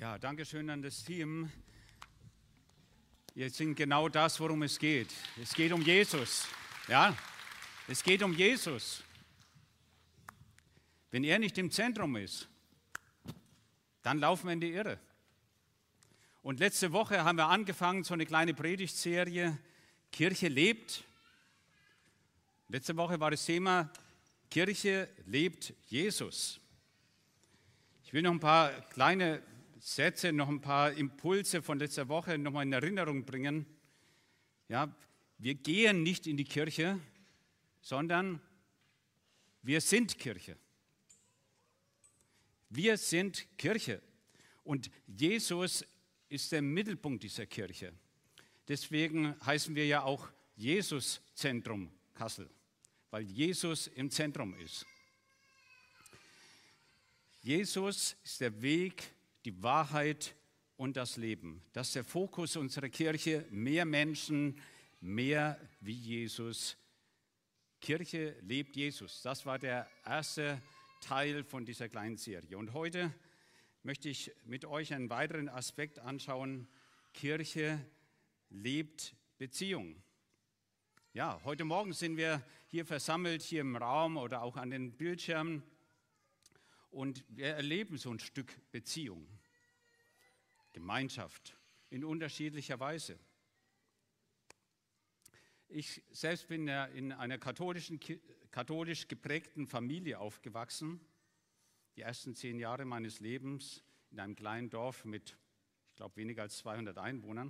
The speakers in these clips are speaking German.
Ja, danke schön an das Team. Ihr singt genau das, worum es geht. Es geht um Jesus. Ja, es geht um Jesus. Wenn er nicht im Zentrum ist, dann laufen wir in die Irre. Und letzte Woche haben wir angefangen, so eine kleine Predigtserie, Kirche lebt. Letzte Woche war das Thema, Kirche lebt Jesus. Ich will noch ein paar kleine Sätze, noch ein paar Impulse von letzter Woche noch mal in Erinnerung bringen. Ja, wir gehen nicht in die Kirche, sondern wir sind Kirche. Wir sind Kirche. Und Jesus ist der Mittelpunkt dieser Kirche. Deswegen heißen wir ja auch Jesus-Zentrum Kassel, weil Jesus im Zentrum ist. Jesus ist der Weg, die Wahrheit und das Leben. Das ist der Fokus unserer Kirche. Mehr Menschen, mehr wie Jesus. Kirche lebt Jesus. Das war der erste Teil von dieser kleinen Serie. Und heute möchte ich mit euch einen weiteren Aspekt anschauen. Kirche lebt Beziehung. Ja, heute Morgen sind wir hier versammelt, hier im Raum oder auch an den Bildschirmen. Und wir erleben so ein Stück Beziehung, Gemeinschaft in unterschiedlicher Weise. Ich selbst bin ja in einer katholisch geprägten Familie aufgewachsen. Die ersten 10 Jahre meines Lebens in einem kleinen Dorf mit, ich glaube, weniger als 200 Einwohnern.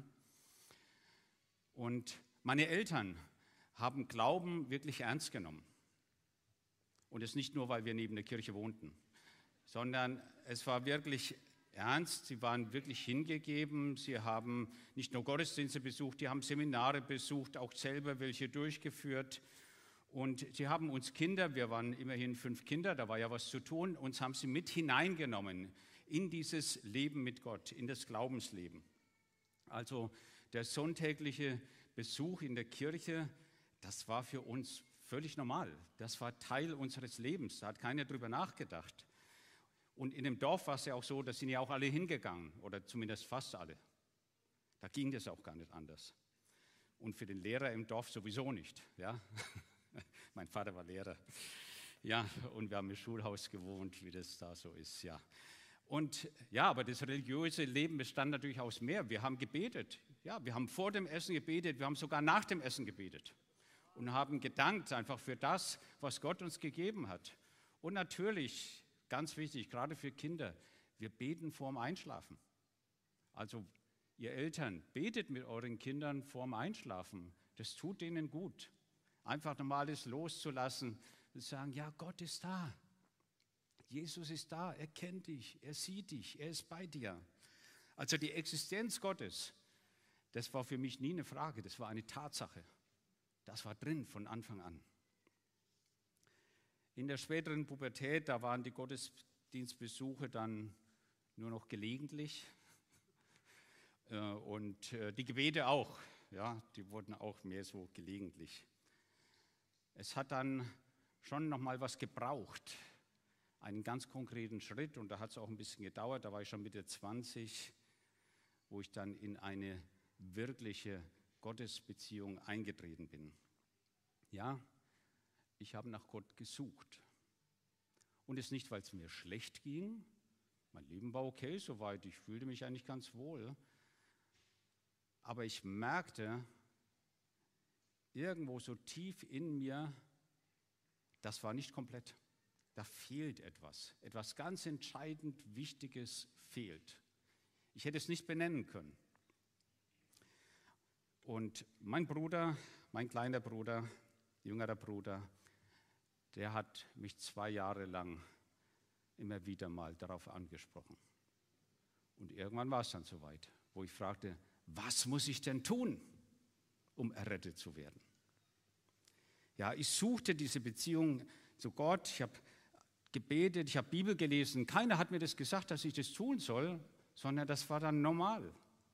Und meine Eltern haben Glauben wirklich ernst genommen. Und es nicht nur, weil wir neben der Kirche wohnten, sondern es war wirklich ernst. Sie waren wirklich hingegeben. Sie haben nicht nur Gottesdienste besucht, die haben Seminare besucht, auch selber welche durchgeführt. Und sie haben uns Kinder, wir waren immerhin 5 Kinder, da war ja was zu tun, uns haben sie mit hineingenommen in dieses Leben mit Gott, in das Glaubensleben. Also der sonntägliche Besuch in der Kirche, das war für uns völlig normal. Das war Teil unseres Lebens, da hat keiner drüber nachgedacht. Und in dem Dorf war es ja auch so, da sind ja auch alle hingegangen, oder zumindest fast alle. Da ging das auch gar nicht anders. Und für den Lehrer im Dorf sowieso nicht, ja. Mein Vater war Lehrer, ja, und wir haben im Schulhaus gewohnt, wie das da so ist, ja. Und ja, aber das religiöse Leben bestand natürlich aus mehr. Wir haben gebetet, ja, wir haben vor dem Essen gebetet, wir haben sogar nach dem Essen gebetet und haben gedankt einfach für das, was Gott uns gegeben hat. Und natürlich, ganz wichtig, gerade für Kinder, wir beten vorm Einschlafen. Also ihr Eltern, betet mit euren Kindern vorm Einschlafen, das tut denen gut. Einfach nochmal alles loszulassen und sagen, ja, Gott ist da. Jesus ist da, er kennt dich, er sieht dich, er ist bei dir. Also die Existenz Gottes, das war für mich nie eine Frage, das war eine Tatsache. Das war drin von Anfang an. In der späteren Pubertät, da waren die Gottesdienstbesuche dann nur noch gelegentlich und die Gebete auch, ja, die wurden auch mehr so gelegentlich. Es hat dann schon noch mal was gebraucht, einen ganz konkreten Schritt, und da hat es auch ein bisschen gedauert, da war ich schon Mitte 20, wo ich dann in eine wirkliche Gottesbeziehung eingetreten bin. Ja, ich habe nach Gott gesucht. Und es nicht, weil es mir schlecht ging, mein Leben war okay soweit, ich fühlte mich eigentlich ganz wohl, aber ich merkte, irgendwo so tief in mir, das war nicht komplett. Da fehlt etwas. Etwas ganz entscheidend Wichtiges fehlt. Ich hätte es nicht benennen können. Und mein Bruder, mein kleiner Bruder, jüngerer Bruder, der hat mich 2 Jahre lang immer wieder mal darauf angesprochen. Und irgendwann war es dann soweit, wo ich fragte, was muss ich denn tun, um errettet zu werden? Ja, ich suchte diese Beziehung zu Gott, ich habe gebetet, ich habe Bibel gelesen. Keiner hat mir das gesagt, dass ich das tun soll, sondern das war dann normal.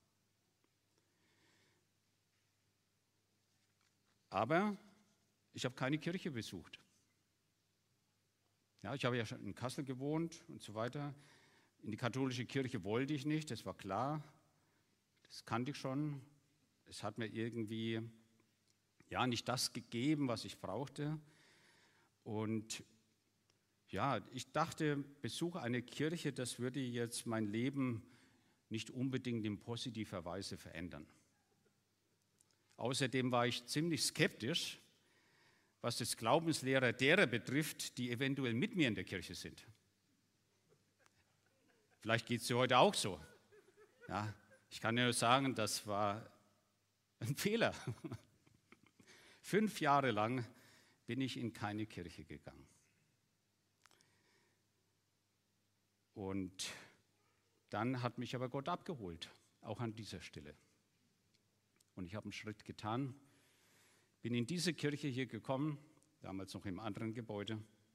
Aber ich habe keine Kirche besucht. Ja, ich habe ja schon in Kassel gewohnt und so weiter. In die katholische Kirche wollte ich nicht, das war klar, das kannte ich schon. Es hat mir irgendwie ja nicht das gegeben, was ich brauchte. Und ja, ich dachte, Besuch einer Kirche, das würde jetzt mein Leben nicht unbedingt in positiver Weise verändern. Außerdem war ich ziemlich skeptisch, was das Glaubenslehrer derer betrifft, die eventuell mit mir in der Kirche sind. Vielleicht geht es dir heute auch so. Ja, ich kann nur sagen, das war ein Fehler. 5 Jahre lang bin ich in keine Kirche gegangen. Und dann hat mich aber Gott abgeholt, auch an dieser Stelle. Und ich habe einen Schritt getan, bin in diese Kirche hier gekommen, damals noch im anderen Gebäude,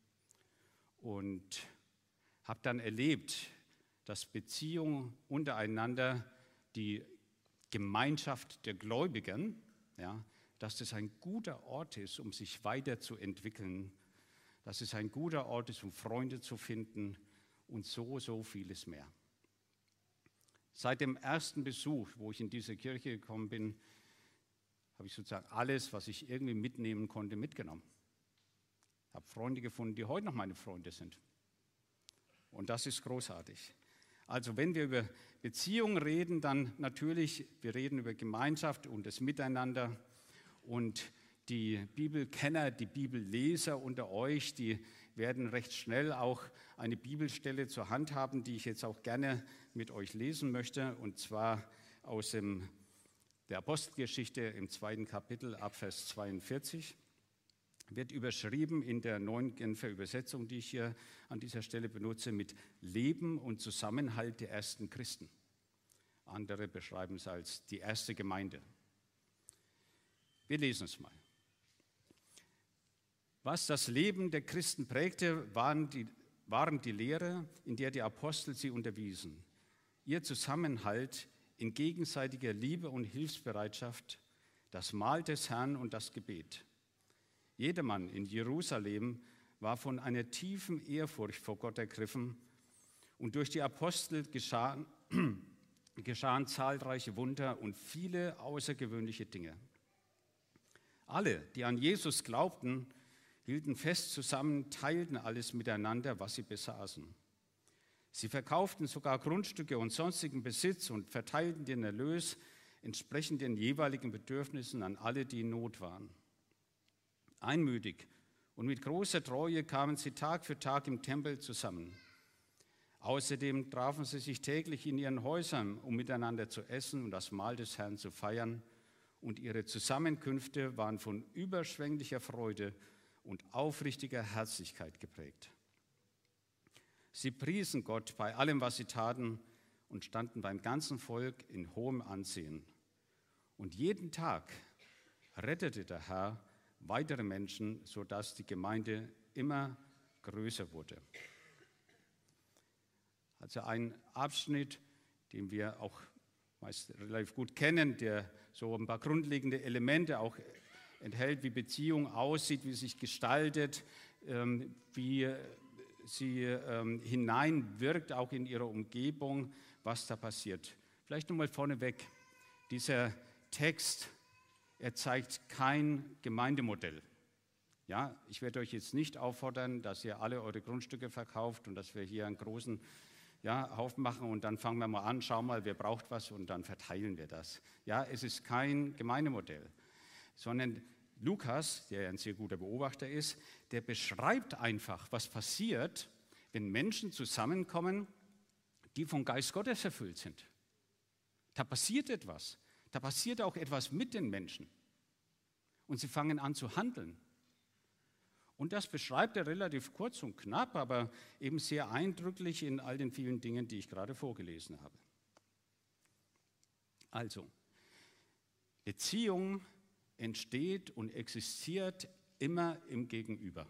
und habe dann erlebt, dass Beziehung untereinander, die Gemeinschaft der Gläubigen, ja, dass das ein guter Ort ist, um sich weiterzuentwickeln, dass es ein guter Ort ist, um Freunde zu finden und so vieles mehr. Seit dem ersten Besuch, wo ich in diese Kirche gekommen bin, habe ich sozusagen alles, was ich irgendwie mitnehmen konnte, mitgenommen. Ich habe Freunde gefunden, die heute noch meine Freunde sind. Und das ist großartig. Also wenn wir über Beziehungen reden, dann natürlich, wir reden über Gemeinschaft und das Miteinander. Und die Bibelkenner, die Bibelleser unter euch, die werden recht schnell auch eine Bibelstelle zur Hand haben, die ich jetzt auch gerne mit euch lesen möchte. Und zwar aus der Apostelgeschichte im 2. Kapitel ab Vers 42. Wird überschrieben in der neuen Genfer Übersetzung, die ich hier an dieser Stelle benutze, mit Leben und Zusammenhalt der ersten Christen. Andere beschreiben es als die erste Gemeinde. Wir lesen es mal. Was das Leben der Christen prägte, waren die Lehre, in der die Apostel sie unterwiesen. Ihr Zusammenhalt in gegenseitiger Liebe und Hilfsbereitschaft, das Mahl des Herrn und das Gebet. Jedermann in Jerusalem war von einer tiefen Ehrfurcht vor Gott ergriffen und durch die Apostel geschahen zahlreiche Wunder und viele außergewöhnliche Dinge. Alle, die an Jesus glaubten, hielten fest zusammen, teilten alles miteinander, was sie besaßen. Sie verkauften sogar Grundstücke und sonstigen Besitz und verteilten den Erlös entsprechend den jeweiligen Bedürfnissen an alle, die in Not waren. Einmütig und mit großer Treue kamen sie Tag für Tag im Tempel zusammen. Außerdem trafen sie sich täglich in ihren Häusern, um miteinander zu essen und das Mahl des Herrn zu feiern. Und ihre Zusammenkünfte waren von überschwänglicher Freude und aufrichtiger Herzlichkeit geprägt. Sie priesen Gott bei allem, was sie taten, und standen beim ganzen Volk in hohem Ansehen. Und jeden Tag rettete der Herr weitere Menschen, sodass die Gemeinde immer größer wurde. Also ein Abschnitt, den wir auch meist relativ gut kennen, der so ein paar grundlegende Elemente auch enthält, wie Beziehung aussieht, wie sie sich gestaltet, wie sie hineinwirkt, auch in ihrer Umgebung, was da passiert. Vielleicht nochmal vorneweg, dieser Text, er zeigt kein Gemeindemodell. Ja, ich werde euch jetzt nicht auffordern, dass ihr alle eure Grundstücke verkauft und dass wir hier einen großen Haufen machen und dann fangen wir mal an, schau mal, wer braucht was und dann verteilen wir das. Ja, es ist kein Gemeindemodell, sondern Lukas, der ein sehr guter Beobachter ist, der beschreibt einfach, was passiert, wenn Menschen zusammenkommen, die vom Geist Gottes erfüllt sind. Da passiert etwas. Da passiert auch etwas mit den Menschen. Und sie fangen an zu handeln. Und das beschreibt er relativ kurz und knapp, aber eben sehr eindrücklich in all den vielen Dingen, die ich gerade vorgelesen habe. Also, Beziehung entsteht und existiert immer im Gegenüber.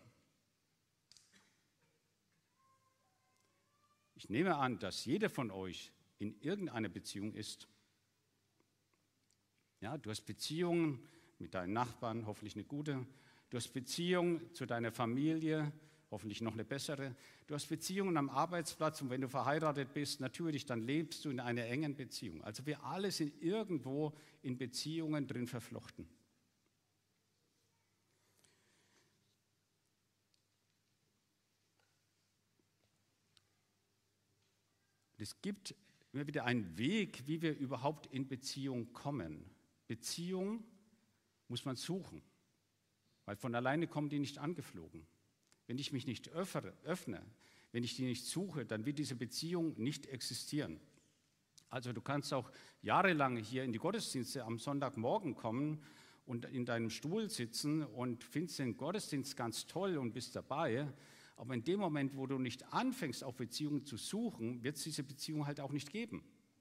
Ich nehme an, dass jeder von euch in irgendeiner Beziehung ist. Ja, du hast Beziehungen mit deinen Nachbarn, hoffentlich eine gute. Du hast Beziehungen zu deiner Familie, hoffentlich noch eine bessere. Du hast Beziehungen am Arbeitsplatz und wenn du verheiratet bist, natürlich, dann lebst du in einer engen Beziehung. Also wir alle sind irgendwo in Beziehungen drin verflochten. Es gibt immer wieder einen Weg, wie wir überhaupt in Beziehung kommen. Beziehung muss man suchen, weil von alleine kommen die nicht angeflogen. Wenn ich mich nicht öffne, wenn ich die nicht suche, dann wird diese Beziehung nicht existieren. Also du kannst auch jahrelang hier in die Gottesdienste am Sonntagmorgen kommen und in deinem Stuhl sitzen und findest den Gottesdienst ganz toll und bist dabei. Aber in dem Moment, wo du nicht anfängst, auf Beziehungen zu suchen, wird es diese Beziehung halt auch nicht geben.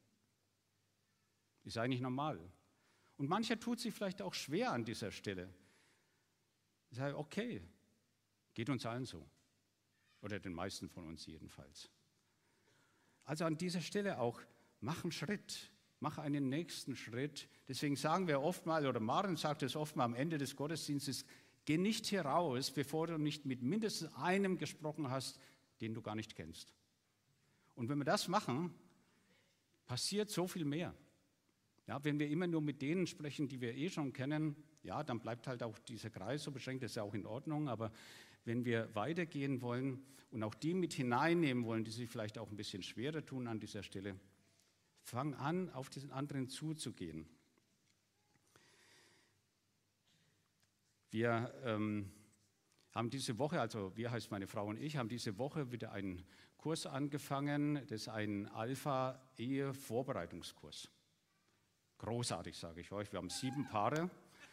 Ist eigentlich normal. Und mancher tut sich vielleicht auch schwer an dieser Stelle. Ich sage, okay, geht uns allen so. Oder den meisten von uns jedenfalls. Also an dieser Stelle auch, mach einen Schritt, mach einen nächsten Schritt. Deswegen sagen wir oftmals, oder Maren sagt es oftmals am Ende des Gottesdienstes, geh nicht hier raus, bevor du nicht mit mindestens einem gesprochen hast, den du gar nicht kennst. Und wenn wir das machen, passiert so viel mehr. Ja, wenn wir immer nur mit denen sprechen, die wir schon kennen, ja, dann bleibt halt auch dieser Kreis so beschränkt, das ist ja auch in Ordnung. Aber wenn wir weitergehen wollen und auch die mit hineinnehmen wollen, die sich vielleicht auch ein bisschen schwerer tun an dieser Stelle, fang an, auf diesen anderen zuzugehen. Wir haben diese Woche, also wir heißt meine Frau und ich, haben diese Woche wieder einen Kurs angefangen. Das ist ein Alpha-Ehe-Vorbereitungskurs. Großartig, sage ich euch. Wir haben 7 Paare.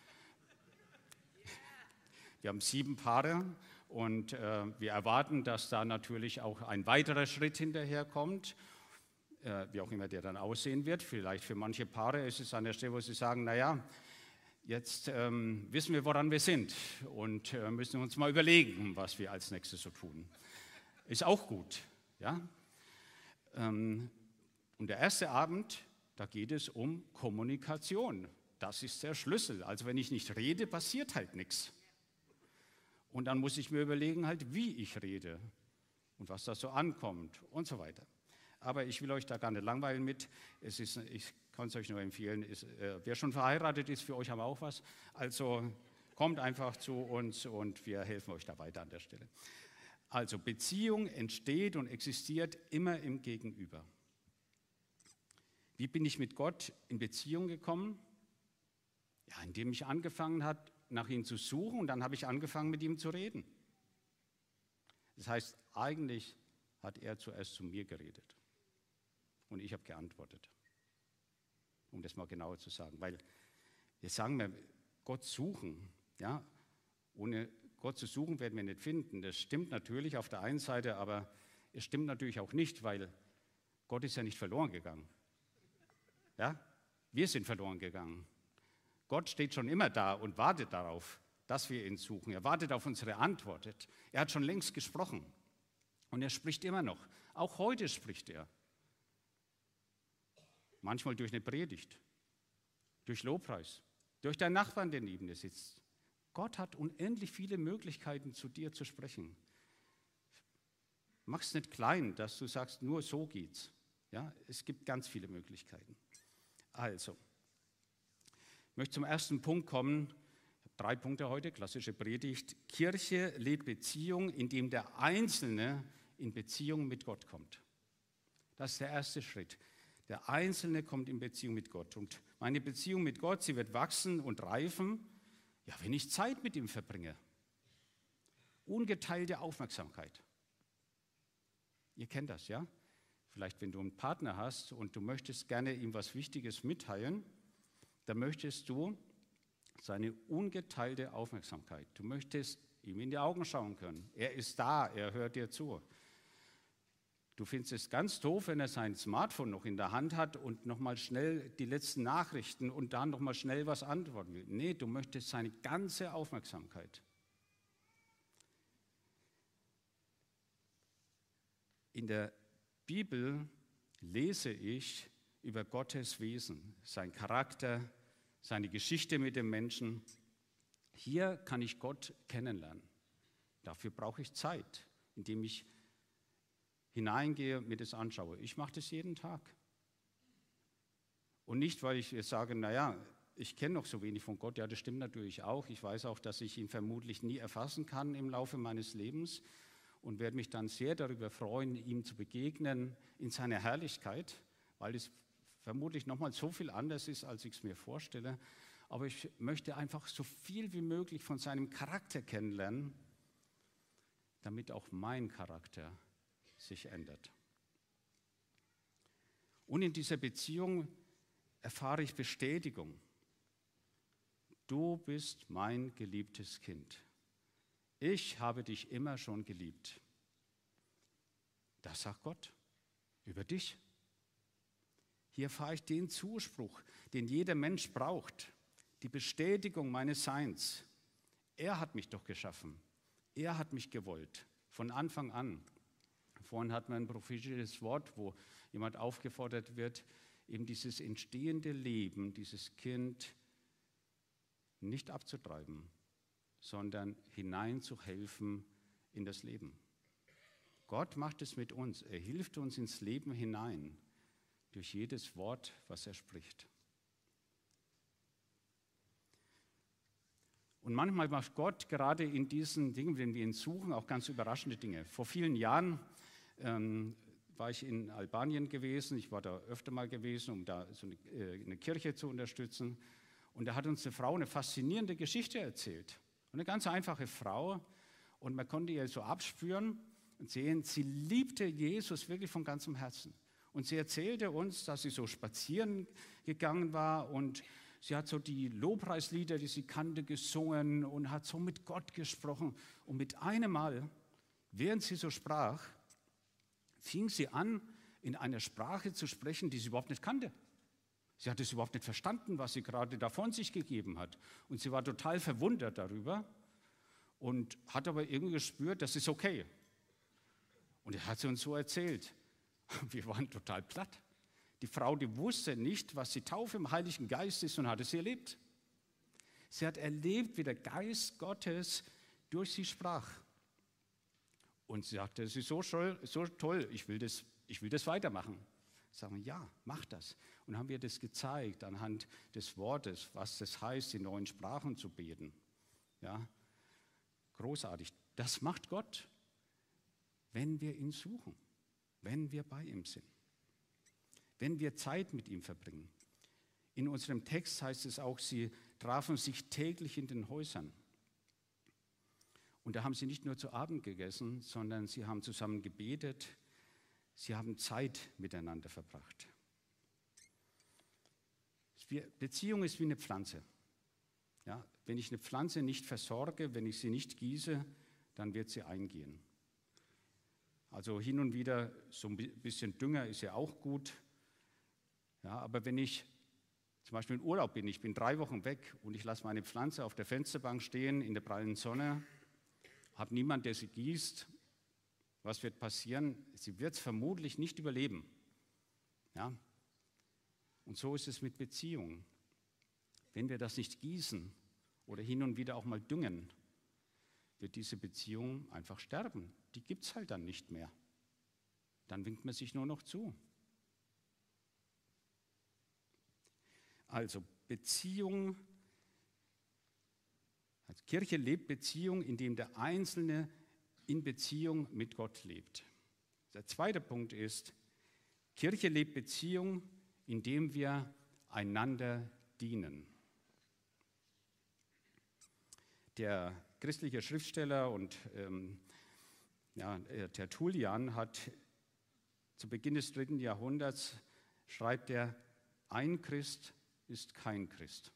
Und wir erwarten, dass da natürlich auch ein weiterer Schritt hinterherkommt, wie auch immer der dann aussehen wird. Vielleicht für manche Paare ist es an der Stelle, wo sie sagen, naja, jetzt wissen wir, woran wir sind und müssen uns mal überlegen, was wir als nächstes so tun. Ist auch gut. Ja? Und der erste Abend, da geht es um Kommunikation. Das ist der Schlüssel. Also wenn ich nicht rede, passiert halt nichts. Und dann muss ich mir überlegen, halt, wie ich rede und was da so ankommt und so weiter. Aber ich will euch da gar nicht langweilen mit. Ich kann es euch nur empfehlen, wer schon verheiratet ist, für euch haben wir auch was. Also kommt einfach zu uns und wir helfen euch da weiter an der Stelle. Also Beziehung entsteht und existiert immer im Gegenüber. Wie bin ich mit Gott in Beziehung gekommen? Ja, indem ich angefangen habe, nach ihm zu suchen und dann habe ich angefangen, mit ihm zu reden. Das heißt, eigentlich hat er zuerst zu mir geredet und ich habe geantwortet, um das mal genauer zu sagen. Weil wir sagen, Gott suchen, ja, ohne Gott zu suchen werden wir nicht finden. Das stimmt natürlich auf der einen Seite, aber es stimmt natürlich auch nicht, weil Gott ist ja nicht verloren gegangen. Ja? Wir sind verloren gegangen. Gott steht schon immer da und wartet darauf, dass wir ihn suchen. Er wartet auf unsere Antwort. Er hat schon längst gesprochen und er spricht immer noch. Auch heute spricht er. Manchmal durch eine Predigt, durch Lobpreis, durch deinen Nachbarn, der neben dir sitzt. Gott hat unendlich viele Möglichkeiten, zu dir zu sprechen. Mach es nicht klein, dass du sagst, nur so geht's. Ja, es gibt ganz viele Möglichkeiten. Also, ich möchte zum ersten Punkt kommen. Ich habe 3 Punkte heute, klassische Predigt. Kirche lebt Beziehung, indem der Einzelne in Beziehung mit Gott kommt. Das ist der erste Schritt. Der Einzelne kommt in Beziehung mit Gott. Und meine Beziehung mit Gott, sie wird wachsen und reifen, ja, wenn ich Zeit mit ihm verbringe. Ungeteilte Aufmerksamkeit. Ihr kennt das, ja? Vielleicht, wenn du einen Partner hast und du möchtest gerne ihm was Wichtiges mitteilen, dann möchtest du seine ungeteilte Aufmerksamkeit. Du möchtest ihm in die Augen schauen können. Er ist da, er hört dir zu. Du findest es ganz doof, wenn er sein Smartphone noch in der Hand hat und nochmal schnell die letzten Nachrichten und dann nochmal schnell was antworten will. Nee, du möchtest seine ganze Aufmerksamkeit. In der Bibel lese ich über Gottes Wesen, sein Charakter, seine Geschichte mit dem Menschen. Hier kann ich Gott kennenlernen. Dafür brauche ich Zeit. indem ich hineingehe, mir das anschaue. Ich mache das jeden Tag. Und nicht, weil ich jetzt sage, naja, ich kenne noch so wenig von Gott. Ja, das stimmt natürlich auch. Ich weiß auch, dass ich ihn vermutlich nie erfassen kann im Laufe meines Lebens und werde mich dann sehr darüber freuen, ihm zu begegnen in seiner Herrlichkeit, weil es vermutlich nochmal so viel anders ist, als ich es mir vorstelle. Aber ich möchte einfach so viel wie möglich von seinem Charakter kennenlernen, damit auch mein Charakter sich ändert. Und in dieser Beziehung erfahre ich Bestätigung. Du bist mein geliebtes Kind. Ich habe dich immer schon geliebt. Das sagt Gott über dich. Hier erfahre ich den Zuspruch, den jeder Mensch braucht, die Bestätigung meines Seins. Er hat mich doch geschaffen. Er hat mich gewollt, von Anfang an. Vorhin hat man ein prophetisches Wort, wo jemand aufgefordert wird, eben dieses entstehende Leben, dieses Kind nicht abzutreiben, sondern hineinzuhelfen in das Leben. Gott macht es mit uns. Er hilft uns ins Leben hinein durch jedes Wort, was er spricht. Und manchmal macht Gott gerade in diesen Dingen, wenn wir ihn suchen, auch ganz überraschende Dinge. Vor vielen Jahren war ich in Albanien gewesen. Ich war da öfter mal gewesen, um da so eine Kirche zu unterstützen. Und da hat uns eine Frau eine faszinierende Geschichte erzählt. Eine ganz einfache Frau. Und man konnte ihr so abspüren und sehen, sie liebte Jesus wirklich von ganzem Herzen. Und sie erzählte uns, dass sie so spazieren gegangen war und sie hat so die Lobpreislieder, die sie kannte, gesungen und hat so mit Gott gesprochen. Und mit einem Mal, während sie so sprach, fing sie an, in einer Sprache zu sprechen, die sie überhaupt nicht kannte. Sie hat es überhaupt nicht verstanden, was sie gerade da von sich gegeben hat. Und sie war total verwundert darüber und hat aber irgendwie gespürt, das ist okay. Und er hat sie uns so erzählt. Wir waren total platt. Die Frau, die wusste nicht, was die Taufe im Heiligen Geist ist und hat es erlebt. Sie hat erlebt, wie der Geist Gottes durch sie sprach. Und sie sagte, es ist so toll, ich will das weitermachen. Sagen wir, ja, mach das. Und haben wir das gezeigt anhand des Wortes, was das heißt, in neuen Sprachen zu beten. Ja, großartig. Das macht Gott, wenn wir ihn suchen, wenn wir bei ihm sind, wenn wir Zeit mit ihm verbringen. In unserem Text heißt es auch, sie trafen sich täglich in den Häusern. Und da haben sie nicht nur zu Abend gegessen, sondern sie haben zusammen gebetet, sie haben Zeit miteinander verbracht. Beziehung ist wie eine Pflanze. Ja, wenn ich eine Pflanze nicht versorge, wenn ich sie nicht gieße, dann wird sie eingehen. Also hin und wieder so ein bisschen Dünger ist ja auch gut. Ja, aber wenn ich zum Beispiel in Urlaub bin, ich bin 3 Wochen weg und ich lasse meine Pflanze auf der Fensterbank stehen in der prallen Sonne, habe niemanden, der sie gießt, was wird passieren? Sie wird es vermutlich nicht überleben. Ja? Und so ist es mit Beziehungen. Wenn wir das nicht gießen oder hin und wieder auch mal düngen, wird diese Beziehung einfach sterben. Die gibt es halt dann nicht mehr. Dann winkt man sich nur noch zu. Also Beziehung, als Kirche lebt Beziehung, indem der Einzelne in Beziehung mit Gott lebt. Der zweite Punkt ist, Kirche lebt Beziehung, indem wir einander dienen. Der christliche Schriftsteller und Tertullian hat zu Beginn des 3. Jahrhunderts, schreibt er, ein Christ ist kein Christ.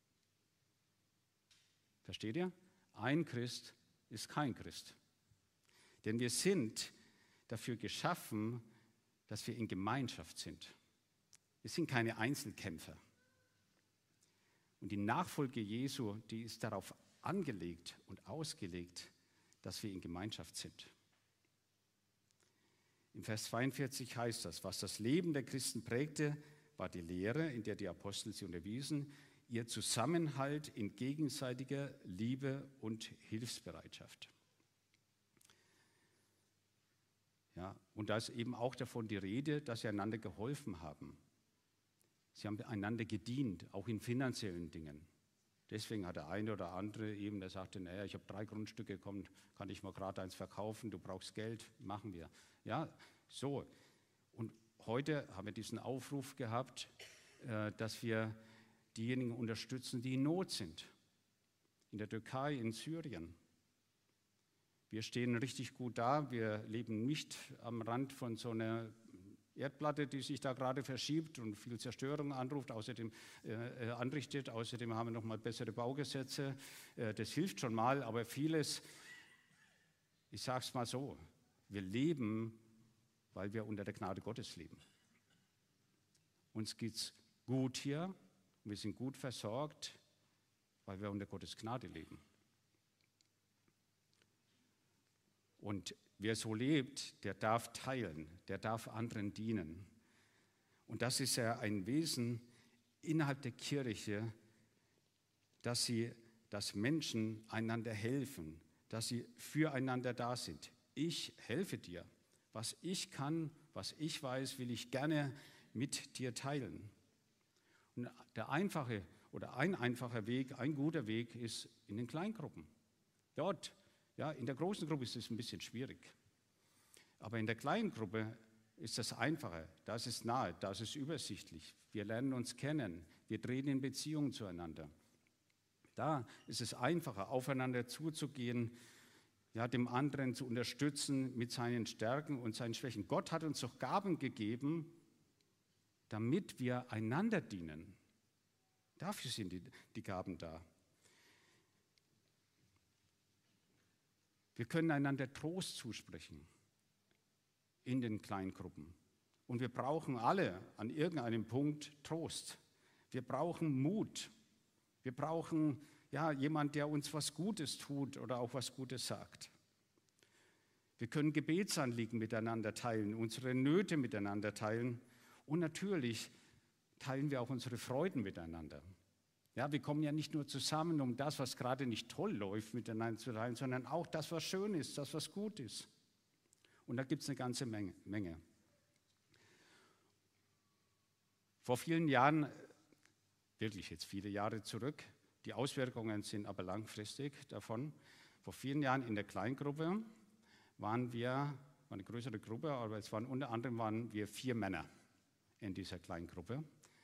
Versteht ihr? Ein Christ ist kein Christ. Denn wir sind dafür geschaffen, dass wir in Gemeinschaft sind. Wir sind keine Einzelkämpfer. Und die Nachfolge Jesu, die ist darauf angelegt und ausgelegt, dass wir in Gemeinschaft sind. Im Vers 42 heißt das, was das Leben der Christen prägte, war die Lehre, in der die Apostel sie unterwiesen, ihr Zusammenhalt in gegenseitiger Liebe und Hilfsbereitschaft. Ja, und da ist eben auch davon die Rede, dass sie einander geholfen haben. Sie haben einander gedient, auch in finanziellen Dingen. Deswegen hat der eine oder andere eben, der sagte, naja, ich habe 3 Grundstücke, komm, kann ich mal gerade eins verkaufen, du brauchst Geld, machen wir. Ja, so. Und heute haben wir diesen Aufruf gehabt, dass wir diejenigen unterstützen, die in Not sind. In der Türkei, in Syrien. Wir stehen richtig gut da, wir leben nicht am Rand von so einer Erdplatte, die sich da gerade verschiebt und viel Zerstörung anrichtet. Außerdem haben wir noch mal bessere Baugesetze. Das hilft schon mal, aber vieles, ich sage es mal so, wir leben, weil wir unter der Gnade Gottes leben. Uns geht es gut hier und wir sind gut versorgt, weil wir unter Gottes Gnade leben. Und wer so lebt, der darf teilen, der darf anderen dienen. Und das ist ja ein Wesen innerhalb der Kirche, dass Menschen einander helfen, dass sie füreinander da sind. Ich helfe dir. Was ich kann, was ich weiß, will ich gerne mit dir teilen. Und ein einfacher Weg, ein guter Weg ist in den Kleingruppen. Dort, ja, in der großen Gruppe ist es ein bisschen schwierig. Aber in der kleinen Gruppe ist das einfacher, da ist es nahe, da ist es übersichtlich. Wir lernen uns kennen, wir treten in Beziehungen zueinander. Da ist es einfacher, aufeinander zuzugehen, ja, dem anderen zu unterstützen mit seinen Stärken und seinen Schwächen. Gott hat uns doch Gaben gegeben, damit wir einander dienen. Dafür sind die Gaben da. Wir können einander Trost zusprechen in den Kleingruppen. Und wir brauchen alle an irgendeinem Punkt Trost. Wir brauchen Mut. Wir brauchen jemanden, der uns was Gutes tut oder auch was Gutes sagt. Wir können Gebetsanliegen miteinander teilen, unsere Nöte miteinander teilen. Und natürlich teilen wir auch unsere Freuden miteinander. Ja, wir kommen ja nicht nur zusammen, um das, was gerade nicht toll läuft, miteinander zu teilen, sondern auch das, was schön ist, das, was gut ist. Und da gibt es eine ganze Menge. Vor vielen Jahren, wirklich jetzt viele Jahre zurück, die Auswirkungen sind aber langfristig davon. Vor vielen Jahren in der Kleingruppe waren eine größere Gruppe, aber unter anderem waren wir 4 Männer in dieser Kleingruppe,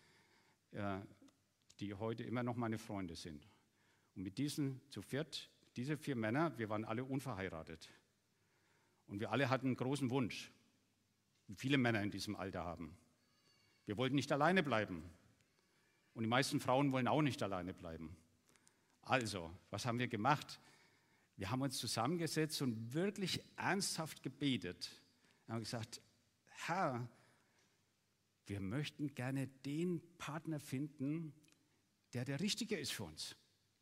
die heute immer noch meine Freunde sind. Und mit diesen zu viert, diese 4 Männer, wir waren alle unverheiratet. Und wir alle hatten einen großen Wunsch, wie viele Männer in diesem Alter haben. Wir wollten nicht alleine bleiben. Und die meisten Frauen wollen auch nicht alleine bleiben. Also, was haben wir gemacht? Wir haben uns zusammengesetzt und wirklich ernsthaft gebetet. Wir haben gesagt, Herr, wir möchten gerne den Partner finden, der Richtige ist für uns.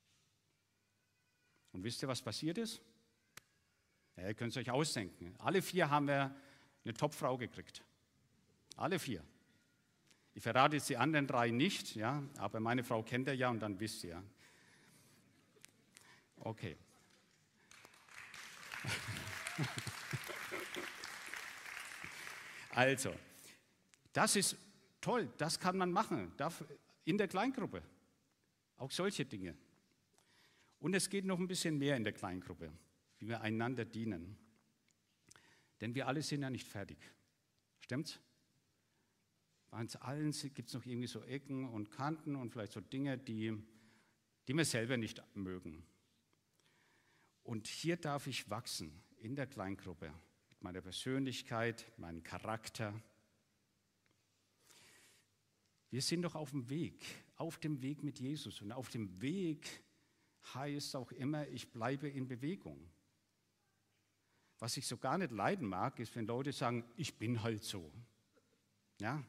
Und wisst ihr, was passiert ist? Ja, ihr könnt es euch ausdenken. Alle 4 haben wir eine Topfrau gekriegt. Alle 4. Ich verrate jetzt die anderen 3 nicht, ja, aber meine Frau kennt ihr ja und dann wisst ihr. Okay. Also, das ist toll, das kann man machen in der Kleingruppe. Auch solche Dinge. Und es geht noch ein bisschen mehr in der Kleingruppe, wie wir einander dienen. Denn wir alle sind ja nicht fertig. Stimmt's? Bei uns allen gibt es noch irgendwie so Ecken und Kanten und vielleicht so Dinge, die wir selber nicht mögen. Und hier darf ich wachsen in der Kleingruppe mit meiner Persönlichkeit, meinem Charakter. Wir sind doch auf dem Weg mit Jesus. Und auf dem Weg heißt auch immer, ich bleibe in Bewegung. Was ich so gar nicht leiden mag, ist, wenn Leute sagen, ich bin halt so. Ja?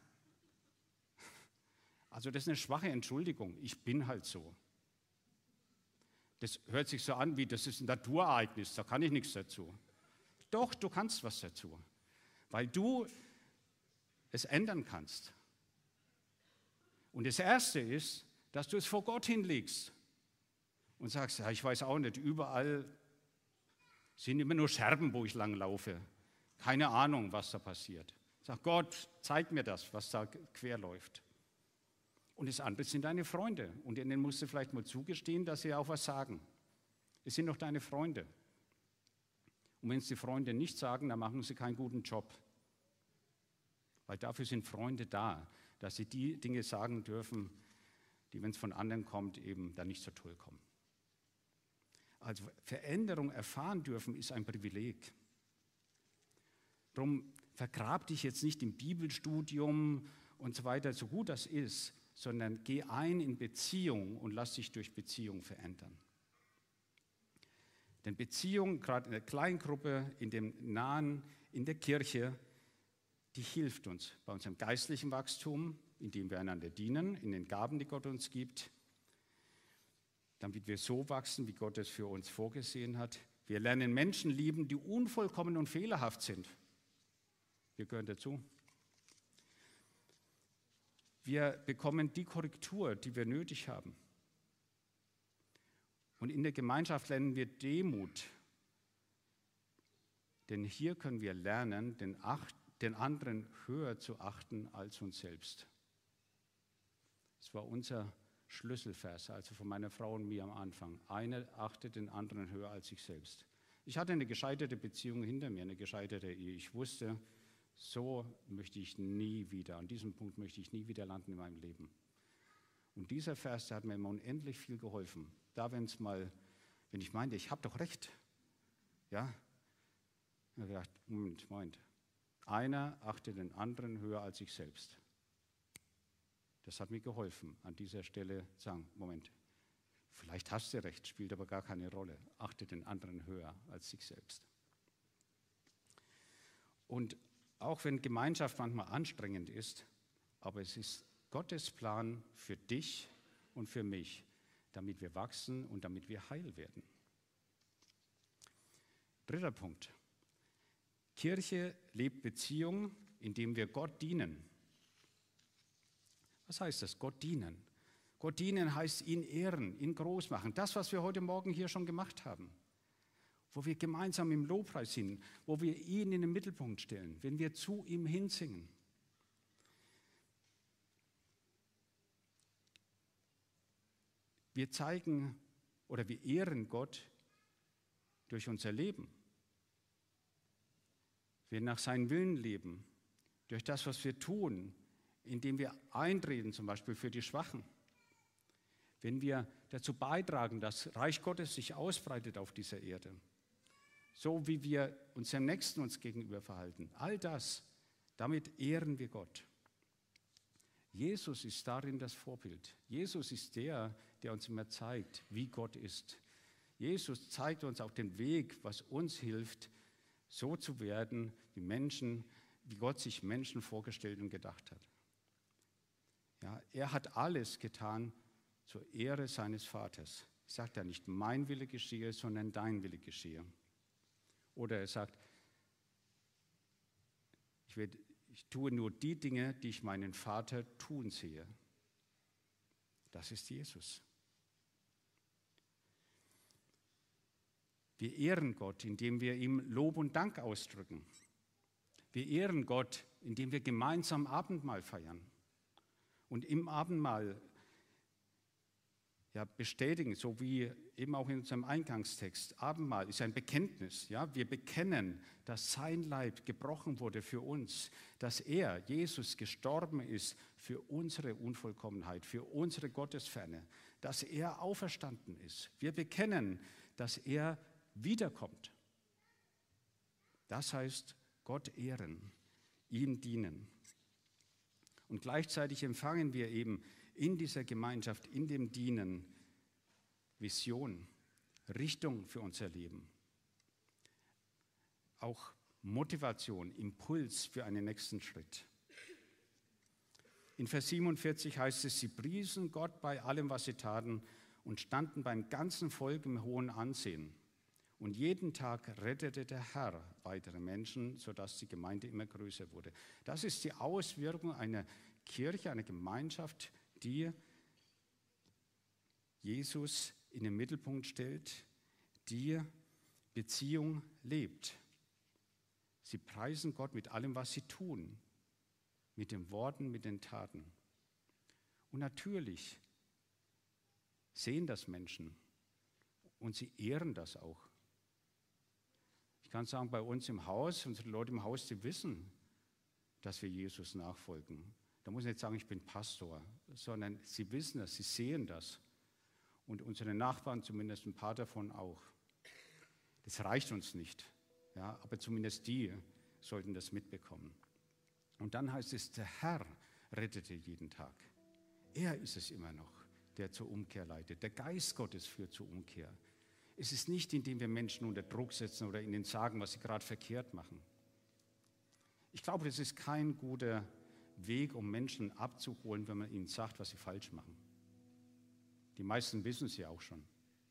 Also das ist eine schwache Entschuldigung, ich bin halt so. Das hört sich so an wie, das ist ein Naturereignis, da kann ich nichts dazu. Doch, du kannst was dazu, weil du es ändern kannst. Und das Erste ist, dass du es vor Gott hinlegst und sagst, ja, ich weiß auch nicht, überall sind immer nur Scherben, wo ich lang laufe. Keine Ahnung, was da passiert. Sag, Gott, zeig mir das, was da quer läuft. Und das andere sind deine Freunde. Und denen musst du vielleicht mal zugestehen, dass sie auch was sagen. Es sind doch deine Freunde. Und wenn es die Freunde nicht sagen, dann machen sie keinen guten Job. Weil dafür sind Freunde da, dass sie die Dinge sagen dürfen, die, wenn es von anderen kommt, eben dann nicht so toll kommen. Also Veränderung erfahren dürfen, ist ein Privileg. Darum vergrab dich jetzt nicht im Bibelstudium und so weiter, so gut das ist, sondern geh ein in Beziehung und lass dich durch Beziehung verändern. Denn Beziehung, gerade in der Kleingruppe, in dem Nahen, in der Kirche, die hilft uns bei unserem geistlichen Wachstum, indem wir einander dienen, in den Gaben, die Gott uns gibt, damit wir so wachsen, wie Gott es für uns vorgesehen hat. Wir lernen Menschen lieben, die unvollkommen und fehlerhaft sind. Wir gehören dazu. Wir bekommen die Korrektur, die wir nötig haben. Und in der Gemeinschaft lernen wir Demut. Denn hier können wir lernen, den anderen höher zu achten als uns selbst. Das war unser Schlüsselvers, also von meiner Frau und mir am Anfang. Einer achtet den anderen höher als sich selbst. Ich hatte eine gescheiterte Beziehung hinter mir, eine gescheiterte Ehe. Ich wusste, so möchte ich nie wieder, an diesem Punkt möchte ich nie wieder landen in meinem Leben. Und dieser Vers, der hat mir immer unendlich viel geholfen. Da, wenn ich meinte, ich habe doch recht, ja, ich habe gedacht, Moment. Einer achtet den anderen höher als sich selbst. Das hat mir geholfen, an dieser Stelle zu sagen, Moment, vielleicht hast du recht, spielt aber gar keine Rolle. Achte den anderen höher als sich selbst. Und auch wenn Gemeinschaft manchmal anstrengend ist, aber es ist Gottes Plan für dich und für mich, damit wir wachsen und damit wir heil werden. 3. Punkt. Kirche lebt Beziehung, indem wir Gott dienen. Was heißt das? Gott dienen. Gott dienen heißt ihn ehren, ihn groß machen. Das, was wir heute Morgen hier schon gemacht haben. Wo wir gemeinsam im Lobpreis sind, wo wir ihn in den Mittelpunkt stellen, wenn wir zu ihm hinsingen. Wir zeigen oder wir ehren Gott durch unser Leben. Wir nach seinem Willen leben, durch das, was wir tun, indem wir eintreten, zum Beispiel für die Schwachen. Wenn wir dazu beitragen, dass Reich Gottes sich ausbreitet auf dieser Erde, so wie wir unserem Nächsten uns gegenüber verhalten, all das, damit ehren wir Gott. Jesus ist darin das Vorbild. Jesus ist der uns immer zeigt, wie Gott ist. Jesus zeigt uns auch den Weg, was uns hilft, so zu werden, wie Gott sich Menschen vorgestellt und gedacht hat. Ja, er hat alles getan zur Ehre seines Vaters. Er sagt ja nicht, mein Wille geschehe, sondern dein Wille geschehe. Oder er sagt, ich tue nur die Dinge, die ich meinen Vater tun sehe. Das ist Jesus. Wir ehren Gott, indem wir ihm Lob und Dank ausdrücken. Wir ehren Gott, indem wir gemeinsam Abendmahl feiern und im Abendmahl bestätigen, so wie eben auch in unserem Eingangstext. Abendmahl ist ein Bekenntnis. Ja? Wir bekennen, dass sein Leib gebrochen wurde für uns, dass er, Jesus, gestorben ist für unsere Unvollkommenheit, für unsere Gottesferne, dass er auferstanden ist. Wir bekennen, dass er wiederkommt. Das heißt, Gott ehren, ihm dienen. Und gleichzeitig empfangen wir eben in dieser Gemeinschaft, in dem Dienen, Vision, Richtung für unser Leben. Auch Motivation, Impuls für einen nächsten Schritt. In Vers 47 heißt es, sie priesen Gott bei allem, was sie taten und standen beim ganzen Volk im hohen Ansehen. Und jeden Tag rettete der Herr weitere Menschen, sodass die Gemeinde immer größer wurde. Das ist die Auswirkung einer Kirche, einer Gemeinschaft, die Jesus in den Mittelpunkt stellt, die Beziehung lebt. Sie preisen Gott mit allem, was sie tun, mit den Worten, mit den Taten. Und natürlich sehen das Menschen und sie ehren das auch. Ich kann sagen, bei uns im Haus, unsere Leute im Haus, die wissen, dass wir Jesus nachfolgen. Da muss ich nicht sagen, ich bin Pastor, sondern sie wissen das, sie sehen das. Und unsere Nachbarn, zumindest ein paar davon auch. Das reicht uns nicht, ja, aber zumindest die sollten das mitbekommen. Und dann heißt es, der Herr rettete jeden Tag. Er ist es immer noch, der zur Umkehr leitet. Der Geist Gottes führt zur Umkehr. Es ist nicht, indem wir Menschen unter Druck setzen oder ihnen sagen, was sie gerade verkehrt machen. Ich glaube, das ist kein guter Weg, um Menschen abzuholen, wenn man ihnen sagt, was sie falsch machen. Die meisten wissen es ja auch schon.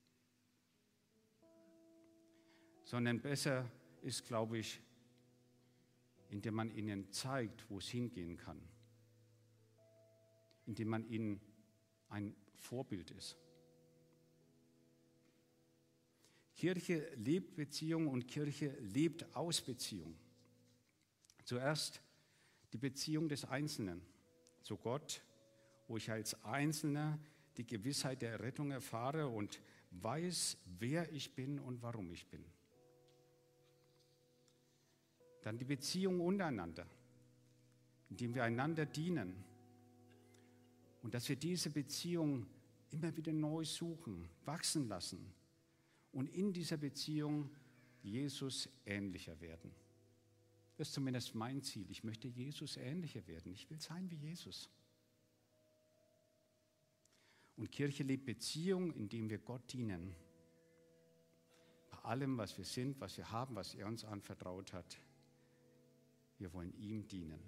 Sondern besser ist, glaube ich, indem man ihnen zeigt, wo es hingehen kann. Indem man ihnen ein Vorbild ist. Kirche lebt Beziehung und Kirche lebt aus Beziehung. Zuerst die Beziehung des Einzelnen zu Gott, wo ich als Einzelner die Gewissheit der Rettung erfahre und weiß, wer ich bin und warum ich bin. Dann die Beziehung untereinander, indem wir einander dienen und dass wir diese Beziehung immer wieder neu suchen, wachsen lassen und in dieser Beziehung Jesus ähnlicher werden. Das ist zumindest mein Ziel. Ich möchte Jesus ähnlicher werden. Ich will sein wie Jesus. Und Kirche lebt Beziehung, indem wir Gott dienen. Bei allem, was wir sind, was wir haben, was er uns anvertraut hat. Wir wollen ihm dienen.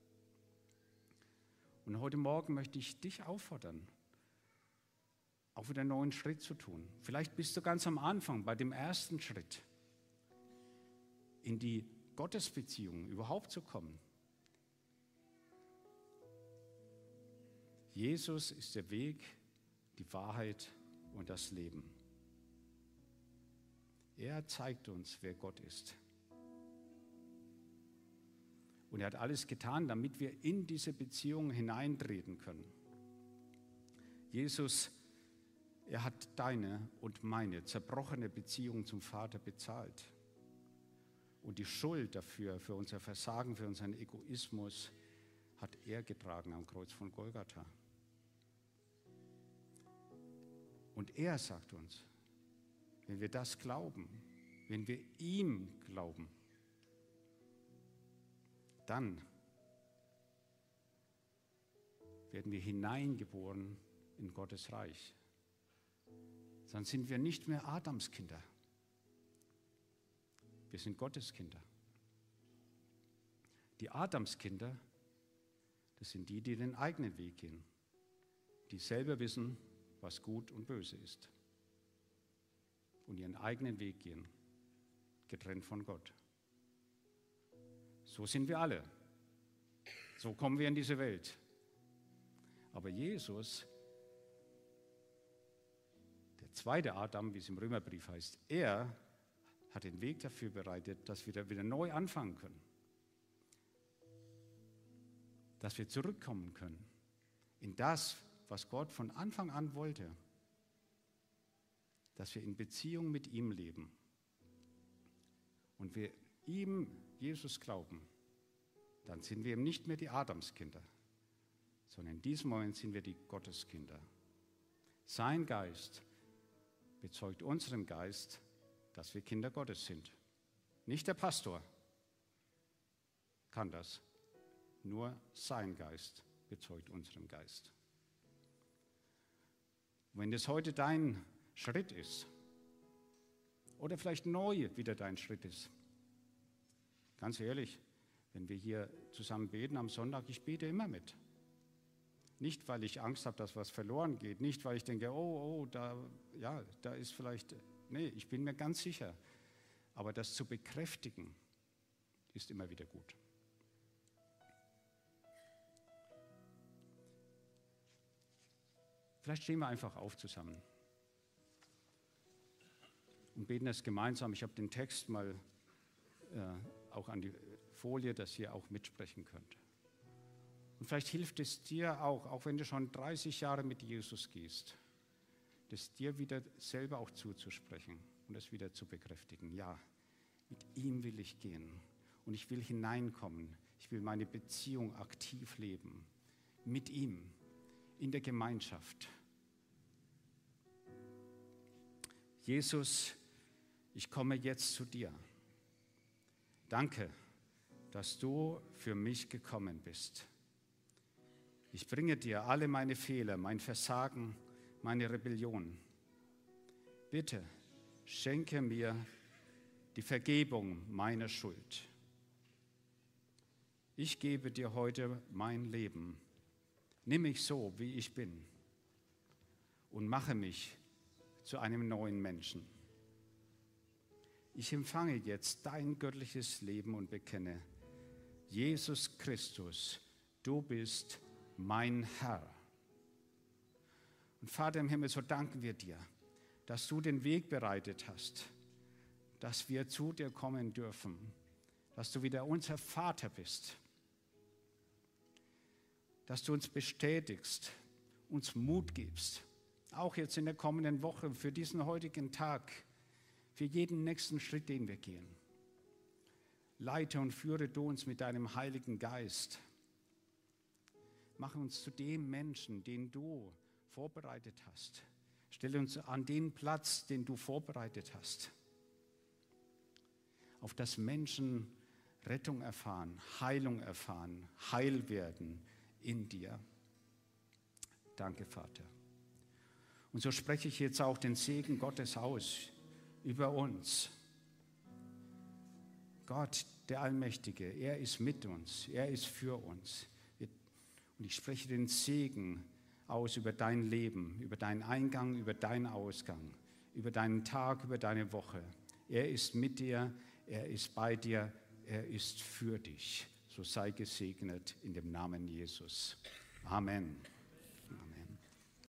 Und heute Morgen möchte ich dich auffordern, auch wieder einen neuen Schritt zu tun. Vielleicht bist du ganz am Anfang, bei dem ersten Schritt, in die Gottesbeziehung überhaupt zu kommen. Jesus ist der Weg, die Wahrheit und das Leben. Er zeigt uns, wer Gott ist. Und er hat alles getan, damit wir in diese Beziehung hineintreten können. Jesus, er hat deine und meine zerbrochene Beziehung zum Vater bezahlt. Und die Schuld dafür, für unser Versagen, für unseren Egoismus, hat er getragen am Kreuz von Golgatha. Und er sagt uns, wenn wir das glauben, wenn wir ihm glauben, dann werden wir hineingeboren in Gottes Reich. Dann sind wir nicht mehr Adams Kinder. Wir sind Gottes Kinder. Die Adamskinder, das sind die, die den eigenen Weg gehen, die selber wissen, was gut und böse ist und ihren eigenen Weg gehen, getrennt von Gott. So sind wir alle. So kommen wir in diese Welt. Aber Jesus, der zweite Adam, wie es im Römerbrief heißt, er hat den Weg dafür bereitet, dass wir da wieder neu anfangen können. Dass wir zurückkommen können in das, was Gott von Anfang an wollte. Dass wir in Beziehung mit ihm leben. Und wir ihm, Jesus, glauben, dann sind wir eben nicht mehr die Adamskinder, sondern in diesem Moment sind wir die Gotteskinder. Sein Geist bezeugt unserem Geist, dass wir Kinder Gottes sind. Nicht der Pastor kann das, nur sein Geist bezeugt unserem Geist. Und wenn das heute dein Schritt ist, oder vielleicht neu wieder dein Schritt ist, ganz ehrlich, wenn wir hier zusammen beten am Sonntag, ich bete immer mit. Nicht, weil ich Angst habe, dass was verloren geht, nicht, weil ich denke, da ist vielleicht, nee, ich bin mir ganz sicher. Aber das zu bekräftigen, ist immer wieder gut. Vielleicht stehen wir einfach auf zusammen und beten das gemeinsam. Ich habe den Text mal auch an die Folie, dass ihr auch mitsprechen könnt. Und vielleicht hilft es dir auch wenn du schon 30 Jahre mit Jesus gehst, das dir wieder selber auch zuzusprechen und es wieder zu bekräftigen. Ja, mit ihm will ich gehen und ich will hineinkommen. Ich will meine Beziehung aktiv leben. Mit ihm, in der Gemeinschaft. Jesus, ich komme jetzt zu dir. Danke, dass du für mich gekommen bist. Ich bringe dir alle meine Fehler, mein Versagen, meine Rebellion. Bitte schenke mir die Vergebung meiner Schuld. Ich gebe dir heute mein Leben. Nimm mich so, wie ich bin und mache mich zu einem neuen Menschen. Ich empfange jetzt dein göttliches Leben und bekenne, Jesus Christus, du bist mein Herr. Und Vater im Himmel, so danken wir dir, dass du den Weg bereitet hast, dass wir zu dir kommen dürfen, dass du wieder unser Vater bist, dass du uns bestätigst, uns Mut gibst, auch jetzt in der kommenden Woche, für diesen heutigen Tag, für jeden nächsten Schritt, den wir gehen. Leite und führe du uns mit deinem Heiligen Geist. Mache uns zu dem Menschen, den du vorbereitet hast. Stelle uns an den Platz, den du vorbereitet hast. Auf das Menschen Rettung erfahren, Heilung erfahren, heil werden in dir. Danke, Vater. Und so spreche ich jetzt auch den Segen Gottes aus über uns. Gott, der Allmächtige, er ist mit uns, er ist für uns. Und ich spreche den Segen aus über dein Leben, über deinen Eingang, über deinen Ausgang, über deinen Tag, über deine Woche. Er ist mit dir, er ist bei dir, er ist für dich. So sei gesegnet in dem Namen Jesus. Amen.